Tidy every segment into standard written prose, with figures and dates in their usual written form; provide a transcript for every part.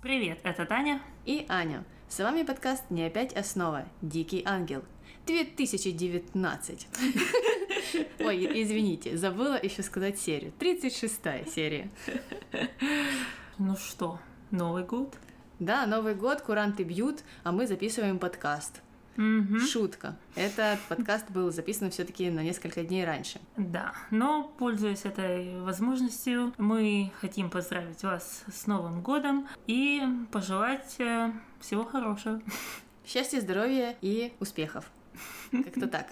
Привет, это Таня и Аня. С вами подкаст «Не опять основа. Дикий ангел». 2019. Ой, извините, забыла еще сказать серию. 36-я серия. Ну что, Новый год? Да, Новый год, куранты бьют, а мы записываем подкаст. Шутка. Этот подкаст был записан все-таки на несколько дней раньше. Да, но, пользуясь этой возможностью, мы хотим поздравить вас с Новым годом и пожелать всего хорошего. Счастья, здоровья и успехов. Как-то так.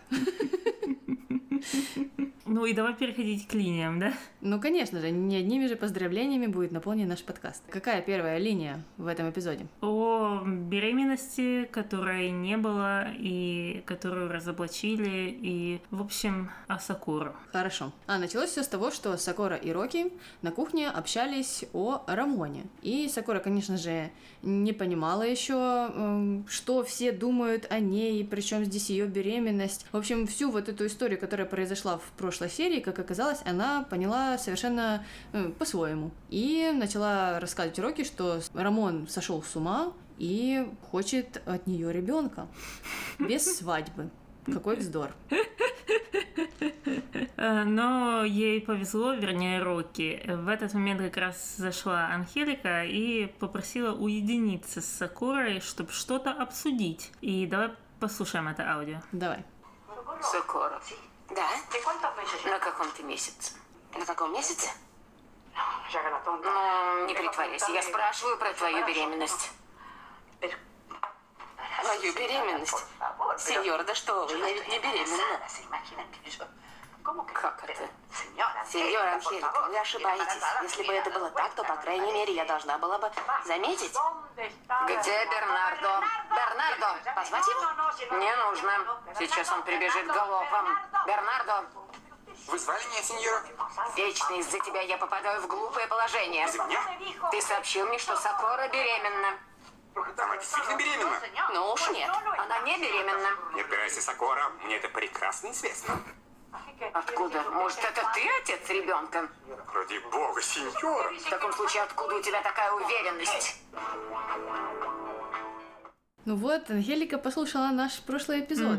Ну и давай переходить к линиям, да? Ну, конечно же, не одними же поздравлениями будет наполнен наш подкаст. Какая первая линия в этом эпизоде? О беременности, которой не было и которую разоблачили, и, в общем, о Сакуру. Хорошо. Началось все с того, что Сакура и Роки на кухне общались о Рамоне. И Сакура, конечно же, не понимала еще, что все думают о ней, причем здесь ее беременность. В общем, всю вот эту историю, которая произошла в прошлой серии, как оказалось, она поняла совершенно по-своему. И начала рассказывать Роки, что Рамон сошел с ума и хочет от нее ребенка. Без свадьбы. Какой вздор. Но ей повезло, вернее, Роки. В этот момент как раз зашла Анхелика и попросила уединиться с Сакурой, чтобы что-то обсудить. И давай послушаем это аудио. Давай. Сакура. Да? На каком ты месяце? На каком месяце? Ну, не притворяйся. Я спрашиваю про твою беременность. Твою беременность? Сеньор, да что вы, я ведь не беременна. Как это? Сеньор Анхелика, вы ошибаетесь. Если бы это было так, то, по крайней мере, я должна была бы заметить. Где Бернардо? Бернардо! Позвать его? Не нужно. Сейчас он прибежит галопом. Бернардо! Вы звали меня, сеньора? Вечно из-за тебя я попадаю в глупое положение. Из-за меня? Ты сообщил мне, что Сакура беременна. Она действительно беременна? Ну уж нет, она не беременна. Не отбирайся, Сакура, мне это прекрасно известно. Откуда? Может, это ты отец ребенка? Ради бога, сеньора! В таком случае, откуда у тебя такая уверенность? Ну вот, Анхелика послушала наш прошлый эпизод.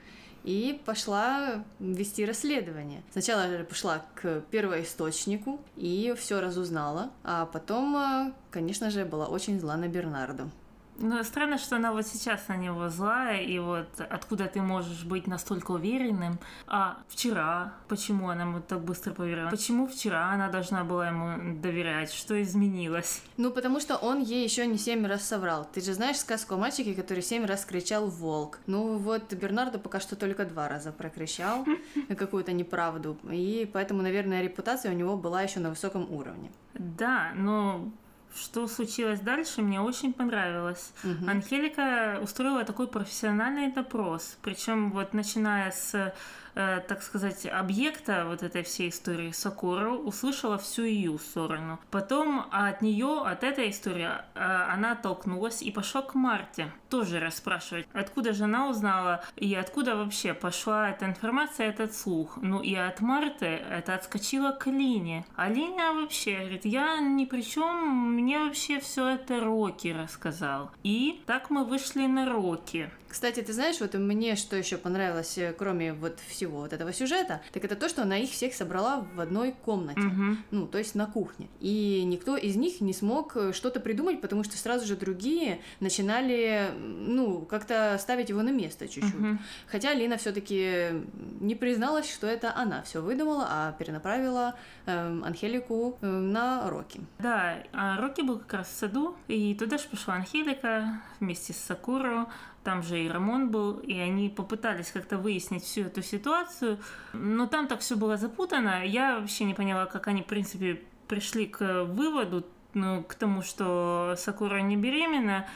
И пошла вести расследование. Сначала же пошла к первоисточнику и все разузнала, а потом, конечно же, была очень зла на Бернардо. Ну, странно, что она вот сейчас на него злая, и вот откуда ты можешь быть настолько уверенным? А вчера, почему она ему так быстро поверила? Почему вчера она должна была ему доверять? Что изменилось? Ну, потому что он ей еще не 7 раз соврал. Ты же знаешь сказку о мальчике, который 7 раз кричал «волк». Ну, вот Бернардо пока что только 2 раза прокричал какую-то неправду, и поэтому, наверное, репутация у него была еще на высоком уровне. Да, но... Что случилось дальше, мне очень понравилось. Анхелика устроила такой профессиональный допрос, причем вот начиная с, так сказать, объекта вот этой всей истории Сакуру, услышала всю ее сторону. Потом от нее, от этой истории, она оттолкнулась и пошла к Марте, тоже расспрашивать, откуда же она узнала и откуда вообще пошла эта информация, этот слух. Ну и от Марты это отскочило к Лине. А Линя вообще говорит, я ни при чем, мне вообще все это Роки рассказал. И так мы вышли на Роки. Кстати, ты знаешь, вот мне что еще понравилось, кроме вот всего вот этого сюжета, так это то, что она их всех собрала в одной комнате, ну, то есть на кухне. И никто из них не смог что-то придумать, потому что сразу же другие начинали, ну, как-то ставить его на место чуть-чуть. Хотя Лина все-таки не призналась, что это она все выдумала, а перенаправила Анхелику на Роки. Да, а Роки был как раз в саду, и туда же пришла Анхелика вместе с Сакуру. Там же и Рамон был, и они попытались как-то выяснить всю эту ситуацию, но там так все было запутано. Я вообще не поняла, как они, в принципе, пришли к выводу, ну, к тому, что Сакура не беременна.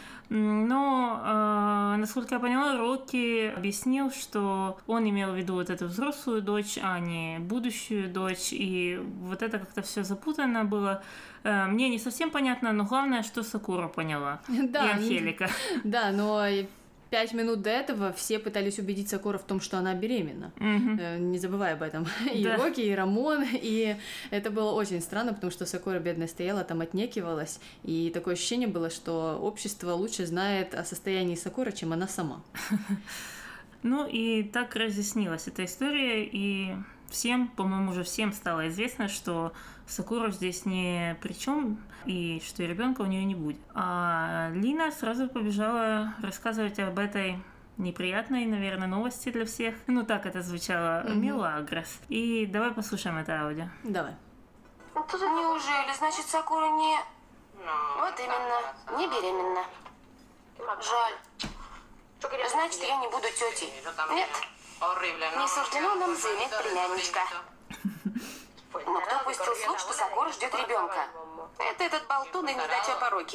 Но, насколько я поняла, Роки объяснил, что он имел в виду вот эту взрослую дочь, а не будущую дочь. И вот это как-то все запутано было. Мне не совсем понятно, но главное, что Сакура поняла. Да, и Анхелика. Да, но 5 минут до этого все пытались убедить Сакуру в том, что она беременна. Не забывай об этом. И Рокки, и Рамон. И это было очень странно, потому что Сакура бедная стояла, там отнекивалась. И такое ощущение было, что общество лучше знает о состоянии Сакуры, чем она сама. Ну и так разъяснилась эта история, и всем, по-моему, уже всем стало известно, что Сакура здесь ни при чем, и что ребенка у нее не будет. А Лина сразу побежала рассказывать об этой неприятной, наверное, новости для всех. Ну, так это звучало, Мелагрос. И давай послушаем это аудио. Давай. Неужели, значит, Сакура не... Вот именно, не беременна. Жаль. Значит, я не буду тетей. Нет, не суждено нам заиметь племянничка. Но кто пустил слух, что Сакура ждет ребенка? Это этот болтун и недача пороки.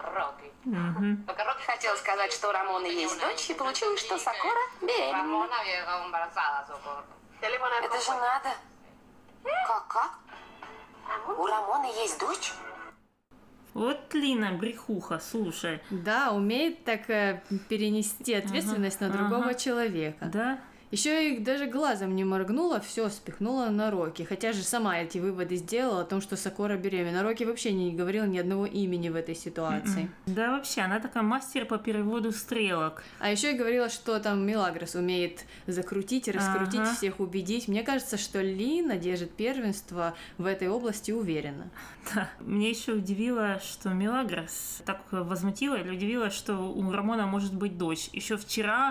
Хотел сказать, что у Рамона есть дочь, и получилось, что Сакура беременна. Это же надо. Как? У Рамона есть дочь? Вот Лина, брехуха, слушай. Да, умеет так перенести ответственность на другого человека. Да. Еще и даже глазом не моргнула, все спихнула на Рокки. Хотя же сама эти выводы сделала о том, что Сакура беременна. Рокки вообще не говорил ни одного имени в этой ситуации. Да, вообще, она такая мастер по переводу стрелок. А еще и говорила, что там Мелагрос умеет закрутить, раскрутить, всех убедить. Мне кажется, что Лина держит первенство в этой области уверенно. Да. Мне еще удивило, что Мелагрос так возмутила или удивила, что у Рамона может быть дочь. Еще вчера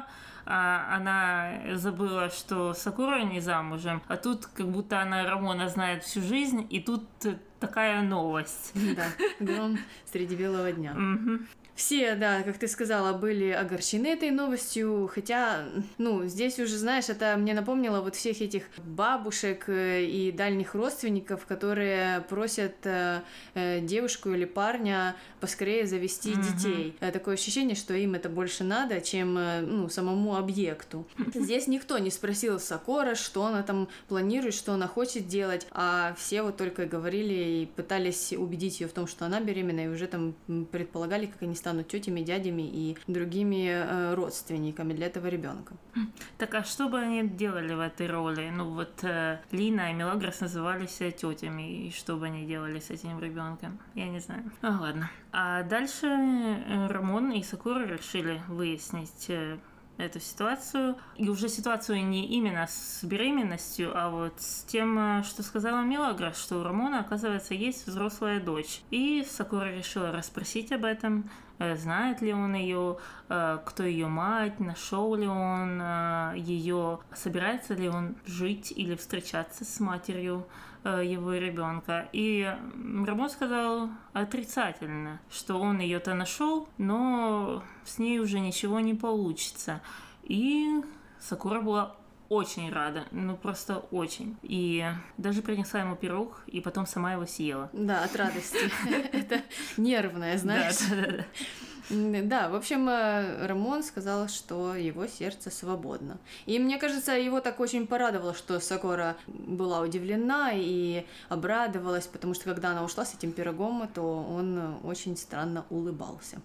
она забыла, что Сакура не замужем, а тут как будто она Рамона знает всю жизнь, и тут такая новость. Да, гром среди белого дня. Все, да, как ты сказала, были огорчены этой новостью, хотя, здесь уже, знаешь, это мне напомнило вот всех этих бабушек и дальних родственников, которые просят девушку или парня поскорее завести детей. Такое ощущение, что им это больше надо, чем, самому объекту. Здесь никто не спросил Сакура, что она там планирует, что она хочет делать, а все вот только говорили и пытались убедить ее в том, что она беременна, и уже там предполагали, как они станут тетями, дядями и другими родственниками для этого ребенка. Так а что бы они делали в этой роли? Лина и Мелагрос назывались тетями, и что бы они делали с этим ребенком? Я не знаю. Ладно. А дальше Рамон и Сакура решили выяснить эту ситуацию. И уже ситуацию не именно с беременностью, а вот с тем, что сказала Мелагрос, что у Рамона, оказывается, есть взрослая дочь. И Сакура решила расспросить об этом, знает ли он ее, кто ее мать, нашел ли он ее, собирается ли он жить или встречаться с матерью его ребенка. И Рамон сказал отрицательно, что он ее-то нашел, но с ней уже ничего не получится. И Сакура была очень рада, просто очень. И даже принесла ему пирог, и потом сама его съела. Да, от радости. Это нервное, знаешь. Да. Да, в общем, Рамон сказал, что его сердце свободно. И мне кажется, его так очень порадовало, что Сакура была удивлена и обрадовалась, потому что когда она ушла с этим пирогом, то он очень странно улыбался.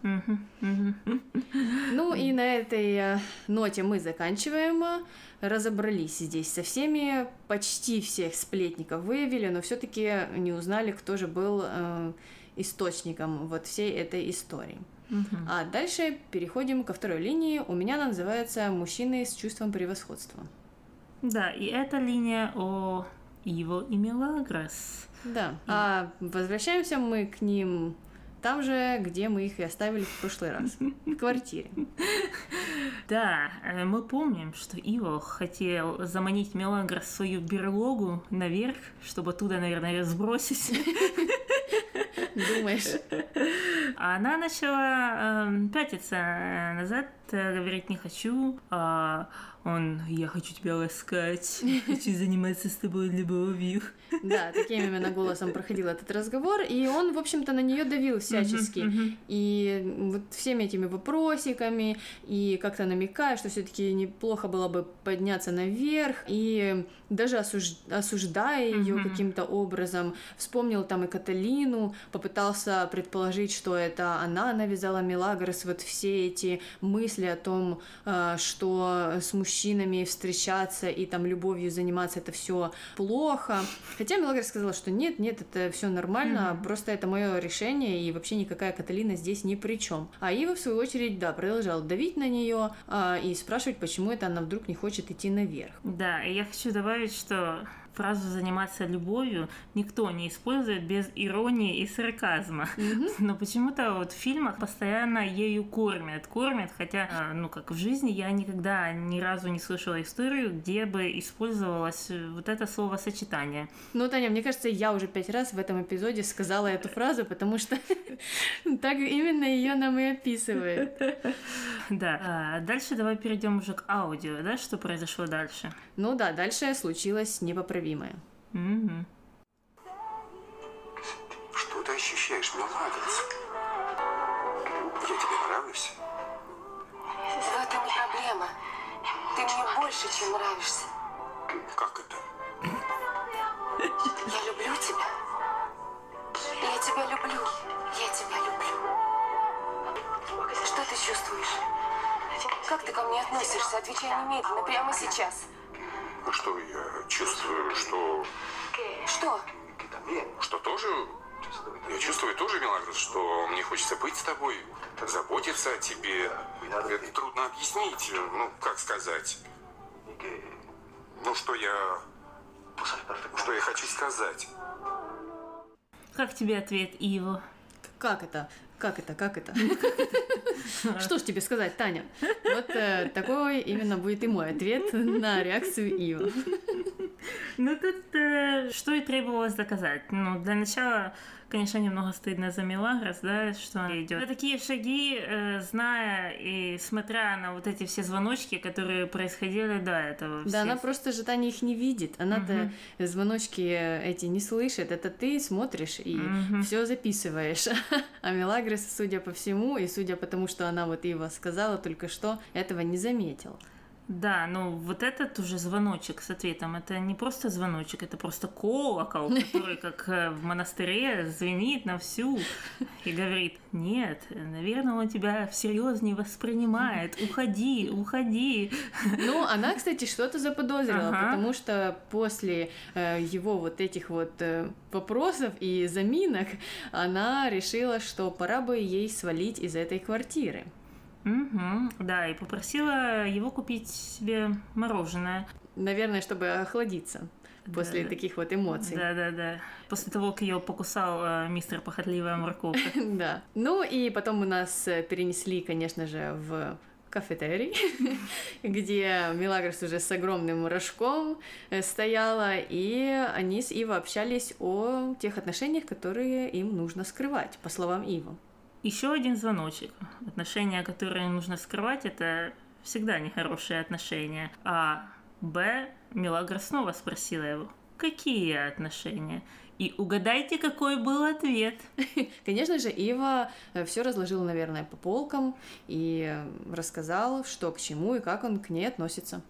Ну и на этой ноте мы заканчиваем. Разобрались здесь со всеми, почти всех сплетников выявили, но все-таки не узнали, кто же был источником вот всей этой истории. А дальше переходим ко второй линии. У меня она называется «Мужчины с чувством превосходства». Да, и эта линия о Иво и Мелагрос. Да, а возвращаемся мы к ним там же, где мы их и оставили в прошлый раз, в квартире. Да, мы помним, что Иво хотел заманить Мелагрос в свою берлогу наверх, чтобы оттуда, наверное, ее сбросить. Думаешь? А она начала пятиться назад, говорить «не хочу», «я хочу тебя ласкать, хочу заниматься с тобой любовью». Да, таким именно голосом проходил этот разговор, и он, в общем-то, на нее давил всячески. И вот всеми этими вопросиками, и как-то намекая, что все-таки неплохо было бы подняться наверх, и даже осуждая ее каким-то образом, вспомнил там и Каталину, попытался предположить, что это она навязала Милагрос вот все эти мысли о том, что с мужчинами встречаться и там любовью заниматься это все плохо. Хотя Милагрос сказала, что нет, это все нормально, просто это мое решение, и вообще никакая Каталина здесь ни при чем. А Ива, в свою очередь, да, продолжала давить на нее и спрашивать, почему это она вдруг не хочет идти наверх. Да, и я хочу добавить, что фразу «заниматься любовью» никто не использует без иронии и сарказма. Но почему-то вот в фильмах постоянно ею кормят, хотя, как в жизни я никогда ни разу не слышала историю, где бы использовалось вот это словосочетание. Ну, Таня, мне кажется, я уже 5 раз в этом эпизоде сказала эту фразу, потому что так именно ее нам и описывает. Да, дальше давай перейдем уже к аудио, да, что произошло дальше? Ну да, дальше случилось непоправимое. Что ты ощущаешь, Милагрос? Я тебе нравлюсь? В этом не проблема. Ты мне больше, чем нравишься. Как это? Я люблю тебя. Я тебя люблю. Я тебя люблю. Что ты чувствуешь? Как ты ко мне относишься? Отвечай немедленно, прямо сейчас. Что я чувствую, что... Что? Что тоже... Я чувствую тоже, Милагрос, что мне хочется быть с тобой, заботиться о тебе. Это трудно объяснить, как сказать. Что я хочу сказать. Как тебе ответ, Ива? Как это? Что ж тебе сказать, Таня? Вот такой именно будет и мой ответ на реакцию Ивы. Тут что и требовалось доказать. Для начала, конечно, немного стыдно за Милагрос, да, что она идет. На такие шаги, зная и смотря на вот эти все звоночки, которые происходили до этого. Да, она просто же, Таня, их не видит. Она-то звоночки эти не слышит. Это ты смотришь и все записываешь. А Милагрос, судя по всему, и судя по тому, что она вот Ива сказала только что, этого не заметила. Да, вот этот уже звоночек с ответом, это не просто звоночек, это просто колокол, который, как в монастыре, звенит на всю и говорит: нет, наверное, он тебя всерьез не воспринимает, уходи. Она, кстати, что-то заподозрила, потому что после его вот этих вот вопросов и заминок она решила, что пора бы ей свалить из этой квартиры. Да, и попросила его купить себе мороженое. Наверное, чтобы охладиться после таких вот эмоций. Да. После того, как ее покусал мистер Похотливая морковка. Да. И потом у нас перенесли, конечно же, в кафетерий, где Милагрос уже с огромным рожком стояла, и они с Ивой общались о тех отношениях, которые им нужно скрывать, по словам Ивы. Еще один звоночек. Отношения, которые нужно скрывать, это всегда нехорошие отношения. А Милагрос снова спросила его: какие отношения? И угадайте, какой был ответ. Конечно же, Ива все разложила, наверное, по полкам и рассказала, что к чему и как он к ней относится.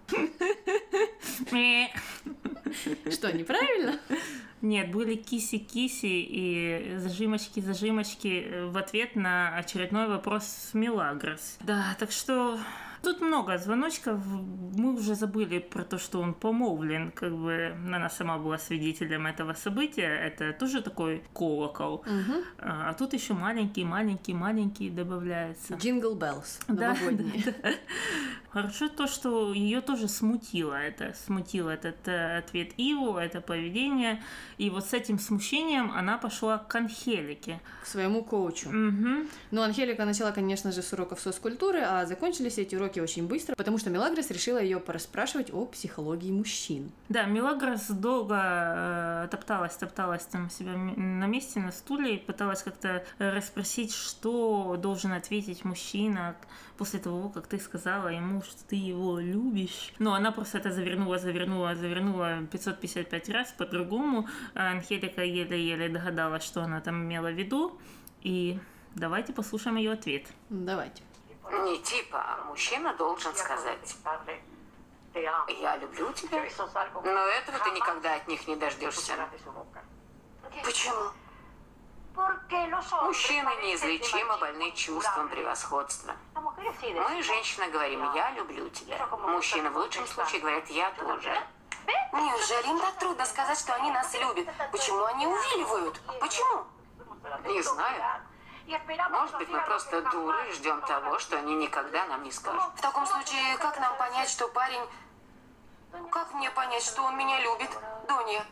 Что, неправильно? Нет, были киси-киси и зажимочки в ответ на очередной вопрос Милагрос. Да, так что тут много звоночков. Мы уже забыли про то, что он помолвлен. Она сама была свидетелем этого события. Это тоже такой колокол. А тут еще маленький добавляется. Jingle bells новогодние. Да. Хорошо то, что ее тоже смутило этот ответ Иву, это поведение. И вот с этим смущением она пошла к Анхелике. К своему коучу. Анхелика начала, конечно же, с уроков соцкультуры, а закончились эти уроки очень быстро, потому что Милагрос решила ее порасспрашивать о психологии мужчин. Да, Милагрос долго топталась там себя на месте, на стуле, и пыталась как-то расспросить, что должен ответить мужчина после того, как ты сказала ему, что ты его любишь. Но она просто это завернула 555 раз по-другому. А Анхелика еле-еле догадалась, что она там имела в виду. И давайте послушаем ее ответ. Давайте. Не типа, а мужчина должен сказать: я люблю тебя, но этого ты никогда от них не дождешься. Почему? Мужчины неизлечимо больны чувством превосходства. Мы, женщины, говорим «я люблю тебя». Мужчины в лучшем случае говорят «я тоже». Неужели им так трудно сказать, что они нас любят? Почему они увиливают? Почему? Не знаю. Может быть, мы просто дуры и ждем того, что они никогда нам не скажут. В таком случае, как нам понять, что парень... Как мне понять, что он меня любит, Донья?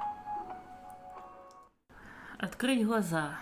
Открыть глаза.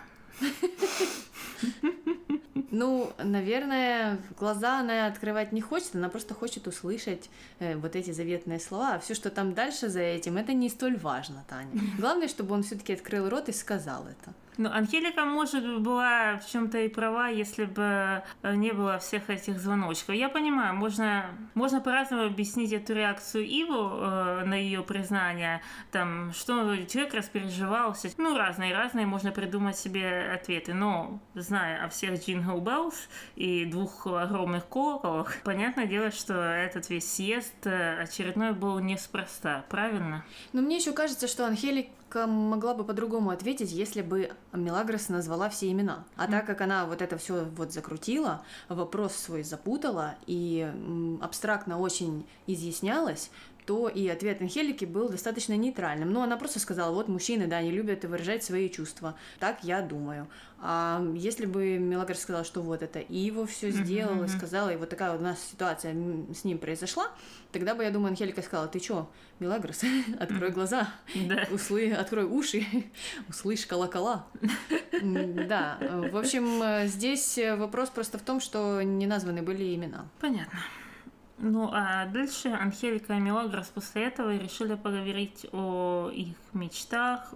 Ну, наверное, глаза она открывать не хочет, она просто хочет услышать вот эти заветные слова. А все, что там дальше за этим, это не столь важно, Таня. Главное, чтобы он все-таки открыл рот и сказал это. Ну, Анхелика, может, была в чем-то и права, если бы не было всех этих звоночков. Я понимаю, можно по-разному объяснить эту реакцию Иву на ее признание, там, что человек распереживался. Ну, разные можно придумать себе ответы. Но, зная о всех Jingle Bells и 2 огромных колоколах, понятное дело, что этот весь съезд очередной был неспроста, правильно? Но мне еще кажется, что Анхелика могла бы по-другому ответить, если бы Мелагрос назвала все имена. А так как она вот это все вот закрутила, вопрос свой запутала и абстрактно очень изъяснялась, то и ответ Анхелики был достаточно нейтральным. Но она просто сказала, вот мужчины, да, не любят выражать свои чувства. Так я думаю. А если бы Мелагрос сказала, что вот это Иво все сделала, сказала, и вот такая вот у нас ситуация с ним произошла, тогда бы, я думаю, Анхелика сказала, ты чё, Мелагрос, открой глаза, открой уши, услышь колокола. Да, в общем, здесь вопрос просто в том, что не названы были имена. Понятно. Ну, а дальше Анхелика и Мелагрос после этого решили поговорить о их мечтах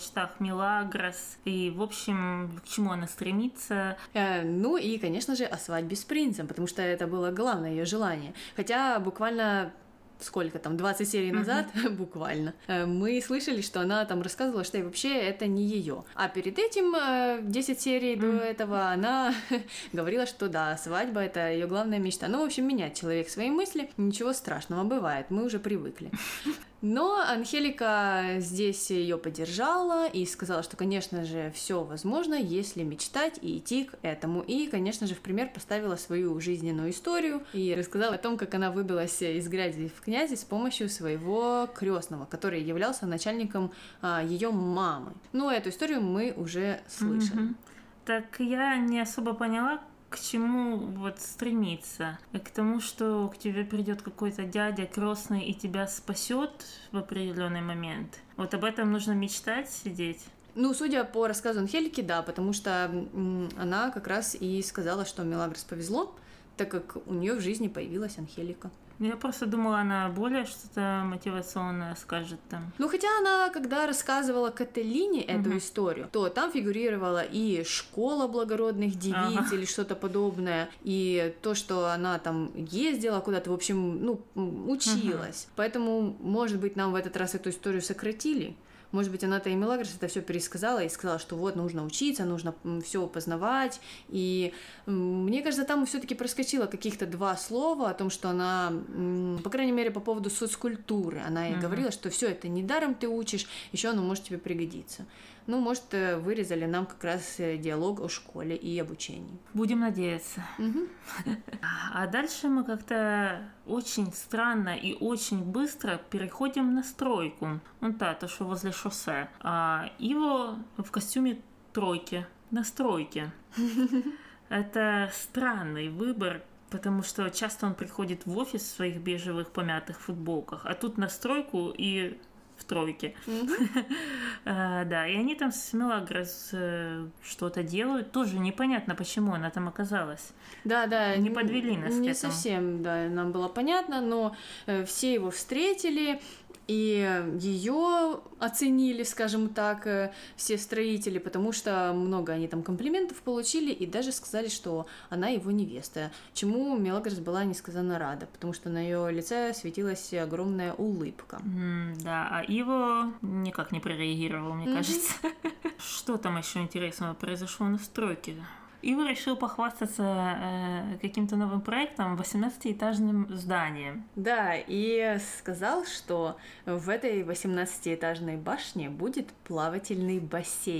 Мелагрос и, в общем, к чему она стремится. Ну и, конечно же, о свадьбе с принцем, потому что это было главное ее желание. Хотя буквально... сколько там, 20 серий назад, буквально, мы слышали, что она там рассказывала, что и вообще это не ее. А перед этим, 10 серий до этого, она говорила, что да, свадьба — это ее главная мечта. Ну, в общем, менять человек свои мысли, ничего страшного, бывает, мы уже привыкли. Но Анхелика здесь ее поддержала и сказала, что, конечно же, все возможно, если мечтать и идти к этому. И, конечно же, в пример поставила свою жизненную историю и рассказала о том, как она выбилась из грязи в князи с помощью своего крестного, который являлся начальником ее мамы. Ну, эту историю мы уже слышали. Так я не особо поняла, к чему вот стремиться? К тому, что к тебе придет какой-то дядя крестный и тебя спасет в определенный момент. Вот об этом нужно мечтать, сидеть. Ну, судя по рассказу Анхелики, да, потому что она как раз и сказала, что Мелагрос повезло, так как у нее в жизни появилась Анхелика. Я просто думала, она более что-то мотивационное скажет там. Ну, хотя она, когда рассказывала Кателине эту историю, то там фигурировала и школа благородных девиц или что-то подобное, и то, что она там ездила куда-то, в общем, ну, училась. Поэтому, может быть, нам в этот раз эту историю сократили. Может быть, она-то и Мелагрос это все пересказала и сказала, что вот нужно учиться, нужно все познавать. И мне кажется, там все-таки проскочило каких-то 2 слова о том, что она, по крайней мере, по поводу соцкультуры, она и говорила, что все это не даром ты учишь, еще оно может тебе пригодиться. Ну, может, вырезали нам как раз диалог о школе и обучении. Будем надеяться. А дальше мы как-то очень странно и очень быстро переходим на стройку. Ну да, то, что возле шоссе. А Иво в костюме тройки. На стройке. Это странный выбор, потому что часто он приходит в офис в своих бежевых помятых футболках, а тут на стройку и в тройке. Да, и они там с Мелагрос что-то делают. Тоже непонятно, почему она там оказалась. Да, не подвели нас к этому. Не совсем, да, нам было понятно, но все его встретили, и ее оценили, скажем так, все строители, потому что много они там комплиментов получили и даже сказали, что она его невеста, чему Мелагрос была несказанно рада, потому что на ее лице светилась огромная улыбка. Да, а Иво никак не прореагировал, мне кажется. Что там еще интересного произошло на стройке? Иво решил похвастаться каким-то новым проектом, 18-этажным зданием. Да, и сказал, что в этой 18-этажной башне будет плавательный бассейн.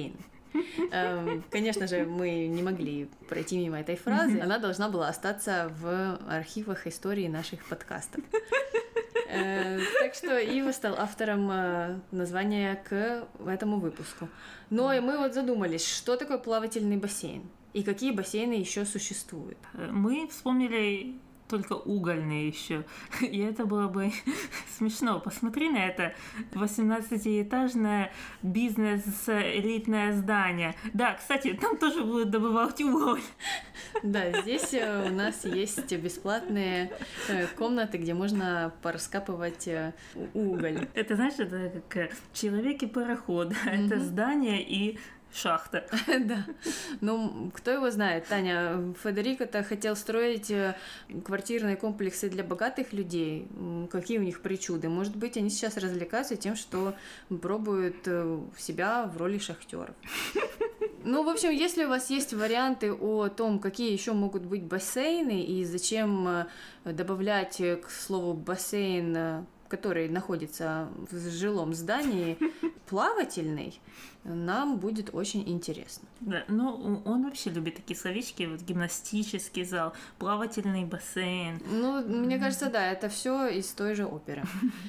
Конечно же, мы не могли пройти мимо этой фразы. Она должна была остаться в архивах истории наших подкастов. Так что Ива стал автором названия к этому выпуску. Но и мы вот задумались, что такое плавательный бассейн и какие бассейны еще существуют. Мы вспомнили только угольные еще. И это было бы смешно. Посмотри на это 18-этажное бизнес-элитное здание. Да, кстати, там тоже будут добывать уголь. Да, здесь у нас есть бесплатные комнаты, где можно пораскапывать уголь. Это, знаешь, это как человек и пароход. Это здание и шахта. Да. Ну, кто его знает, Таня, Федерико-то хотел строить квартирные комплексы для богатых людей. Какие у них причуды? Может быть, они сейчас развлекаются тем, что пробуют себя в роли шахтеров. Ну, в общем, если у вас есть варианты о том, какие еще могут быть бассейны и зачем добавлять к слову бассейн, который находится в жилом здании, плавательный, нам будет очень интересно. Да, ну, он вообще любит такие словечки, вот гимнастический зал, плавательный бассейн. Ну, мне кажется, да, это все из той же оперы.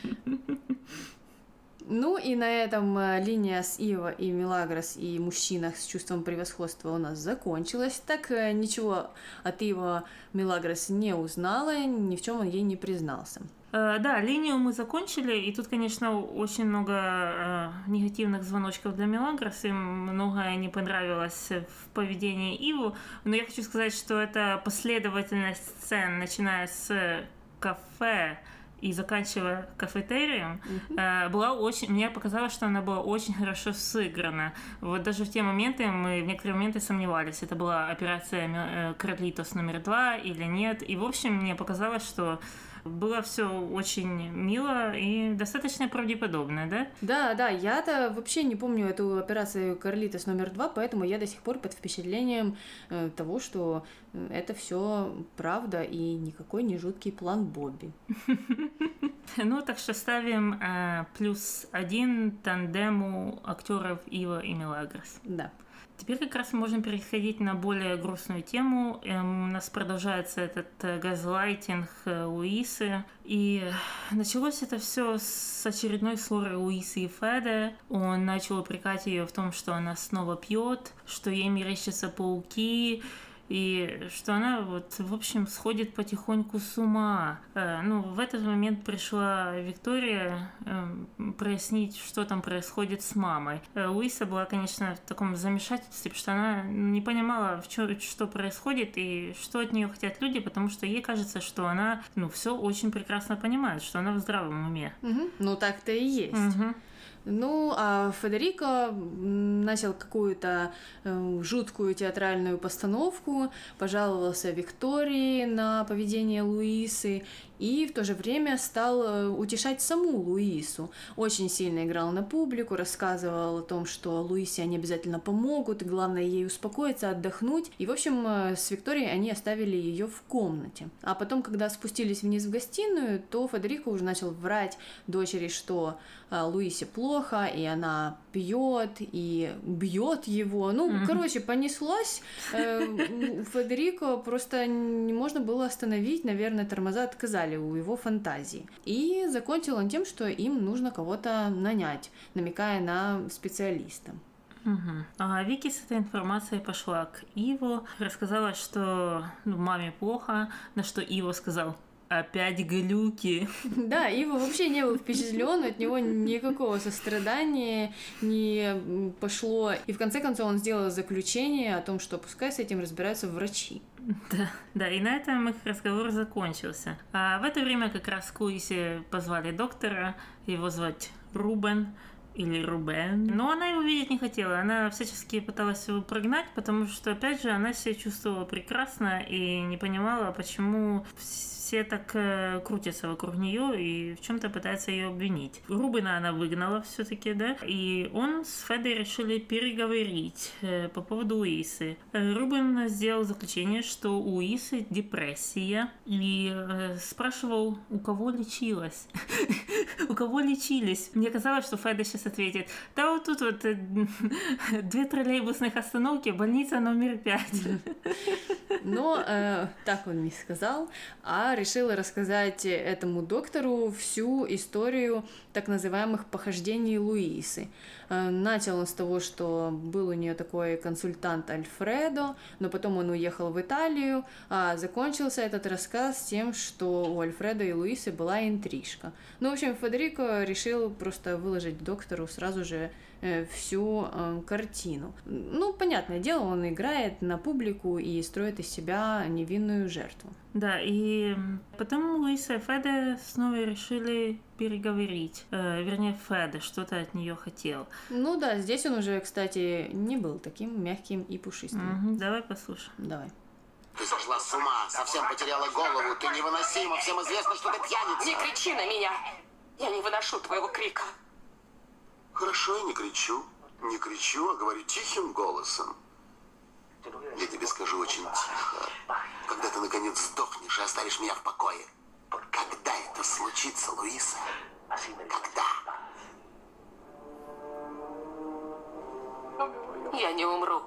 Ну и на этом линия с Иво и Мелагрос и мужчинах с чувством превосходства у нас закончилась. Так ничего от Иво Мелагрос не узнала, ни в чем он ей не признался. Да, линию мы закончили, и тут, конечно, очень много негативных звоночков для Мелагрос, им многое не понравилось в поведении Иву, но я хочу сказать, что эта последовательность сцен, начиная с кафе и заканчивая кафетерием, была очень... Мне показалось, что она была очень хорошо сыграна. Вот даже в те моменты мы в некоторые моменты сомневались, это была операция Карлитос номер 2 или нет. И, в общем, мне показалось, что было все очень мило и достаточно правдеподобно, да? Да, я-то вообще не помню эту операцию Карлитос номер 2, поэтому я до сих пор под впечатлением того, что это все правда и никакой не жуткий план Бобби. Ну, так что ставим +1 тандему актеров Ива и Мелагрос. Да. Теперь как раз мы можем переходить на более грустную тему. У нас продолжается этот газлайтинг Луисы. И началось это все с очередной ссоры Луисы и Феде. Он начал упрекать ее в том, что она снова пьет, что ей мерещатся пауки, и что она, вот, в общем, сходит потихоньку с ума. Ну, в этот момент пришла Виктория прояснить, что там происходит с мамой. Луиса была, конечно, в таком замешательстве, потому что она не понимала, что происходит и что от нее хотят люди, потому что ей кажется, что она, ну, все очень прекрасно понимает, что она в здравом уме. Ну, так-то и есть. Ну, а Федерико начал какую-то жуткую театральную постановку, пожаловался Виктории на поведение Луисы и в то же время стал утешать саму Луису. Очень сильно играл на публику, рассказывал о том, что Луисе они обязательно помогут, и главное ей успокоиться, отдохнуть. И, в общем, с Викторией они оставили ее в комнате. А потом, когда спустились вниз в гостиную, то Федерико уже начал врать дочери, что Луисе плохо, и она пьет и бьет его. Ну, короче, понеслось. Федерико просто не можно было остановить, наверное, тормоза отказали у его фантазии. И закончил он тем, что им нужно кого-то нанять, намекая на специалиста. А Вики с этой информацией пошла к Иву, рассказала, что маме плохо, на что Иво сказал: опять глюки. Да, Ива вообще не был впечатлен, от него никакого сострадания не пошло. И в конце концов он сделал заключение о том, что пускай с этим разбираются врачи. Да, и на этом их разговор закончился. А в это время как раз к Луисе позвали доктора, его звать Рубен или Рубен. Но она его видеть не хотела, она всячески пыталась его прогнать, потому что, опять же, она себя чувствовала прекрасно и не понимала, почему все так крутятся вокруг нее и в чем-то пытаются ее обвинить. Рубена она выгнала все-таки, да, и он с Федой решили переговорить по поводу Луисы. Рубен сделал заключение, что у Луисы депрессия, и спрашивал, у кого лечилась. У кого лечились. Мне казалось, что Феда сейчас ответит: да вот тут вот 2 троллейбусных остановки, больница номер 5. Но так он не сказал, а решил рассказать этому доктору всю историю так называемых похождений Луисы. Начал он с того, что был у нее такой консультант Альфредо, но потом он уехал в Италию, а закончился этот рассказ тем, что у Альфредо и Луисы была интрижка. Ну, в общем, Федерико решил просто выложить доктору сразу же всю картину. Ну, понятное дело, он играет на публику и строит из себя невинную жертву. Да, и потом Луиса и Феде снова решили переговорить. Вернее, Феде что-то от нее хотел. Ну да, здесь он уже, кстати, не был таким мягким и пушистым. Давай послушаем. Давай. Ты сошла с ума, совсем потеряла голову, ты невыносима, всем известно, что ты пьяница. Не кричи на меня! Я не выношу твоего крика. Хорошо, я не кричу. Не кричу, а говорю тихим голосом. Я тебе скажу очень тихо. Когда ты наконец сдохнешь и оставишь меня в покое. Когда это случится, Луиса? Когда? Я не умру.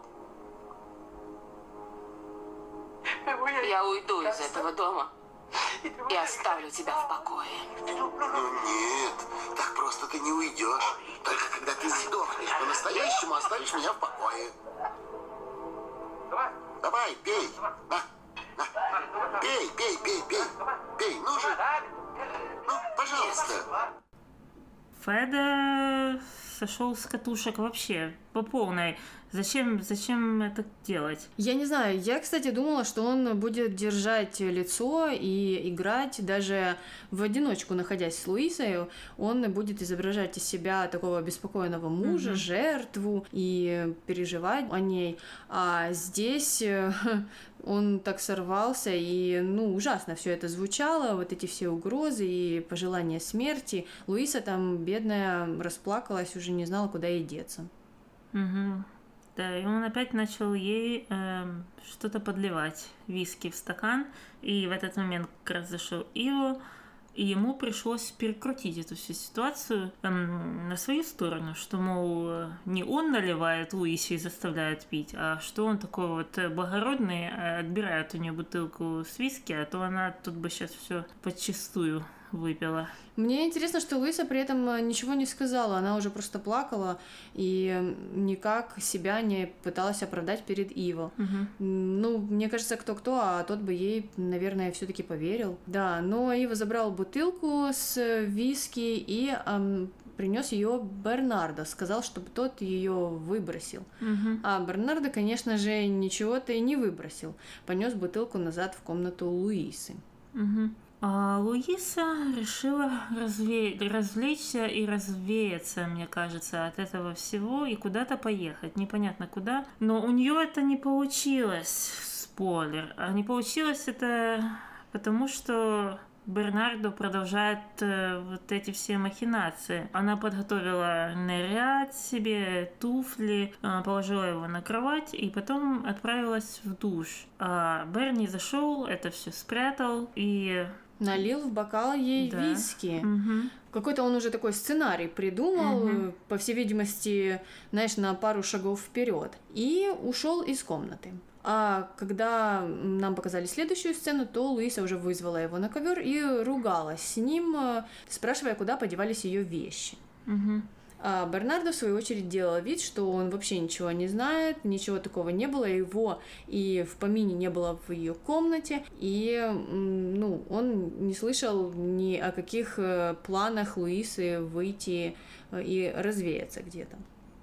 Я уйду из этого дома и оставлю тебя в покое. Ну нет, так просто ты не уйдешь. Только когда ты сдохнешь, по-настоящему оставишь меня в покое. Давай, пей. Пей, пей, пей, пей. Пей, ну же. Ну, пожалуйста. Феде сошел с катушек вообще по полной. Зачем это делать? Я не знаю, я, кстати, думала, что он будет держать лицо и играть, даже в одиночку, находясь с Луисой, он будет изображать из себя такого беспокойного мужа, жертву и переживать о ней. А здесь он так сорвался, и, ну, ужасно все это звучало, вот эти все угрозы и пожелания смерти. Луиса там, бедная, расплакалась, уже не знала, куда ей деться. Да, и он опять начал ей что-то подливать, виски в стакан, и в этот момент как раз зашел Иво, и ему пришлось перекрутить эту всю ситуацию на свою сторону, что, мол, не он наливает Луисе и заставляет пить, а что он такой вот благородный, отбирает у нее бутылку с виски, а то она тут бы сейчас все подчистую выпила. Мне интересно, что Луиса при этом ничего не сказала, она уже просто плакала и никак себя не пыталась оправдать перед Иво. Ну, мне кажется, кто-кто, а тот бы ей, наверное, все-таки поверил. Да, но Иво забрал бутылку с виски и принес ее Бернардо, сказал, чтобы тот ее выбросил. А Бернардо, конечно же, ничего-то и не выбросил, понес бутылку назад в комнату Луисы. А Луиса решила развлечься и развеяться, мне кажется, от этого всего и куда-то поехать. Непонятно куда. Но у нее это не получилось. Спойлер. А не получилось это потому, что Бернардо продолжает вот эти все махинации. Она подготовила наряд себе, туфли, положила его на кровать и потом отправилась в душ. А Берни зашел, это все спрятал и налил в бокал ей виски. Какой-то он уже такой сценарий придумал, по всей видимости, знаешь, на пару шагов вперед, и ушел из комнаты. А когда нам показали следующую сцену, то Луиса уже вызвала его на ковер и ругалась с ним, спрашивая, куда подевались ее вещи. А Бернардо, в свою очередь, делал вид, что он вообще ничего не знает, ничего такого не было, его и в помине не было в ее комнате, и ну, он не слышал ни о каких планах Луисы выйти и развеяться где-то.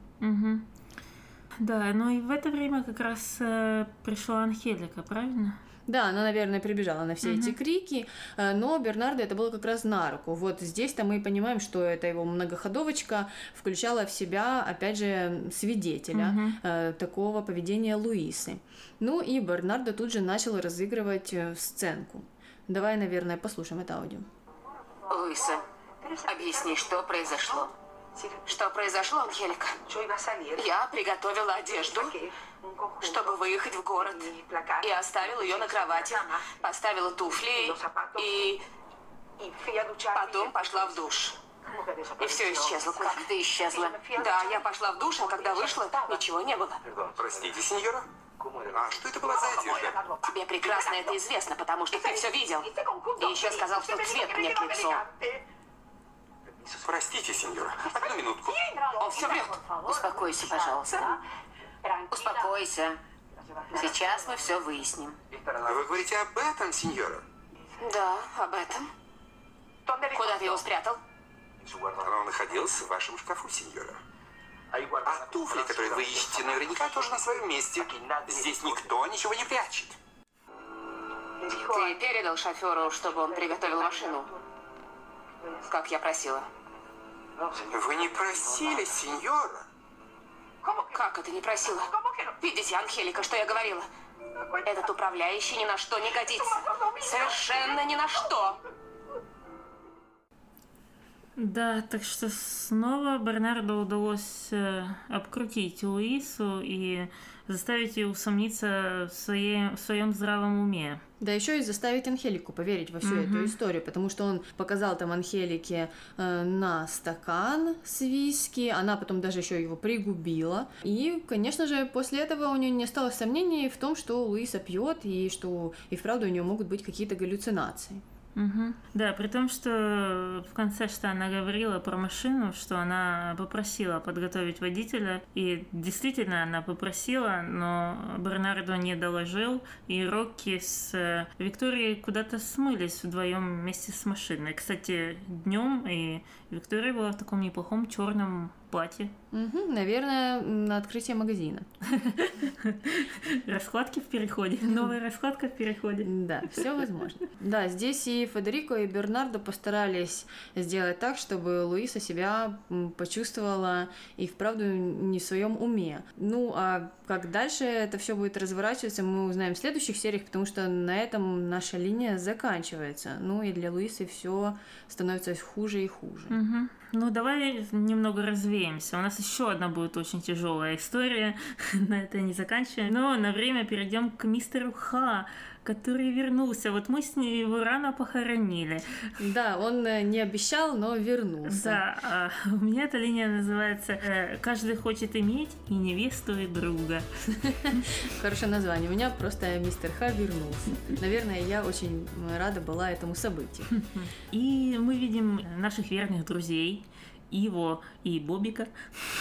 Да, но и в это время как раз пришла Анхелика, правильно? Да, она, наверное, прибежала на все эти крики, но Бернардо это было как раз на руку. Вот здесь-то мы понимаем, что эта его многоходовочка включала в себя, опять же, свидетеля такого поведения Луисы. Ну и Бернардо тут же начал разыгрывать сценку. Давай, наверное, послушаем это аудио. Луиса, объясни, что произошло. Что произошло, Анхелика? Я приготовила одежду, чтобы выехать в город, и оставила ее на кровати, поставила туфли и потом пошла в душ. И все исчезло. Как ты исчезла? Да, я пошла в душ, а когда вышла, ничего не было. Простите, сеньора. А что это была за одежда? Тебе прекрасно это известно, потому что ты все видел. И еще сказал, что цвет мне к лицу. Простите, сеньора. Одну минутку. Он все врет. Успокойся, пожалуйста. Успокойся. Сейчас мы все выясним. Вы говорите об этом, сеньора? Да, об этом. Куда ты его спрятал? Он находился в вашем шкафу, сеньора. А туфли, которые вы ищете, наверняка тоже на своем месте. Здесь никто ничего не прячет. Ты передал шоферу, чтобы он приготовил машину? Как я просила. Вы не просили, сеньора? Как это не просила? Видите, Анхелика, что я говорила? Этот управляющий ни на что не годится. Совершенно ни на что. Да, так что снова Бернарду удалось обкрутить Луису и заставить ее усомниться в своем здравом уме. Да еще и заставить Анхелику поверить во всю эту историю, потому что он показал там Анхелике на стакан с виски, она потом даже еще его пригубила. И, конечно же, после этого у нее не осталось сомнений в том, что Луиса пьет и что и вправду у нее могут быть какие-то галлюцинации. Да, при том, что в конце, что она говорила про машину, что она попросила подготовить водителя, и действительно она попросила, но Бернардо не доложил, и Рокки с Викторией куда-то смылись вдвоем вместе с машиной. Кстати, днем и Виктория была в таком неплохом черном платье. Наверное, на открытие магазина. Раскладки в переходе. Новая раскладка в переходе. Да, все возможно. Да, здесь и Федерико, и Бернардо постарались сделать так, чтобы Луиса себя почувствовала и вправду не в своем уме. Ну, а как дальше это все будет разворачиваться, мы узнаем в следующих сериях, потому что на этом наша линия заканчивается. Ну и для Луисы все становится хуже и хуже. Ну, давай немного развеемся. У нас еще одна будет очень тяжелая история. На это не заканчиваем. Но на время перейдем к мистеру Ха, который вернулся. Вот мы с ним его рано похоронили. Да, он не обещал, но вернулся. Да, у меня эта линия называется «Каждый хочет иметь и невесту, и друга». Хорошее название. У меня просто мистер Ха вернулся. Наверное, я очень рада была этому событию. И мы видим наших верных друзей, Иво и Бобика.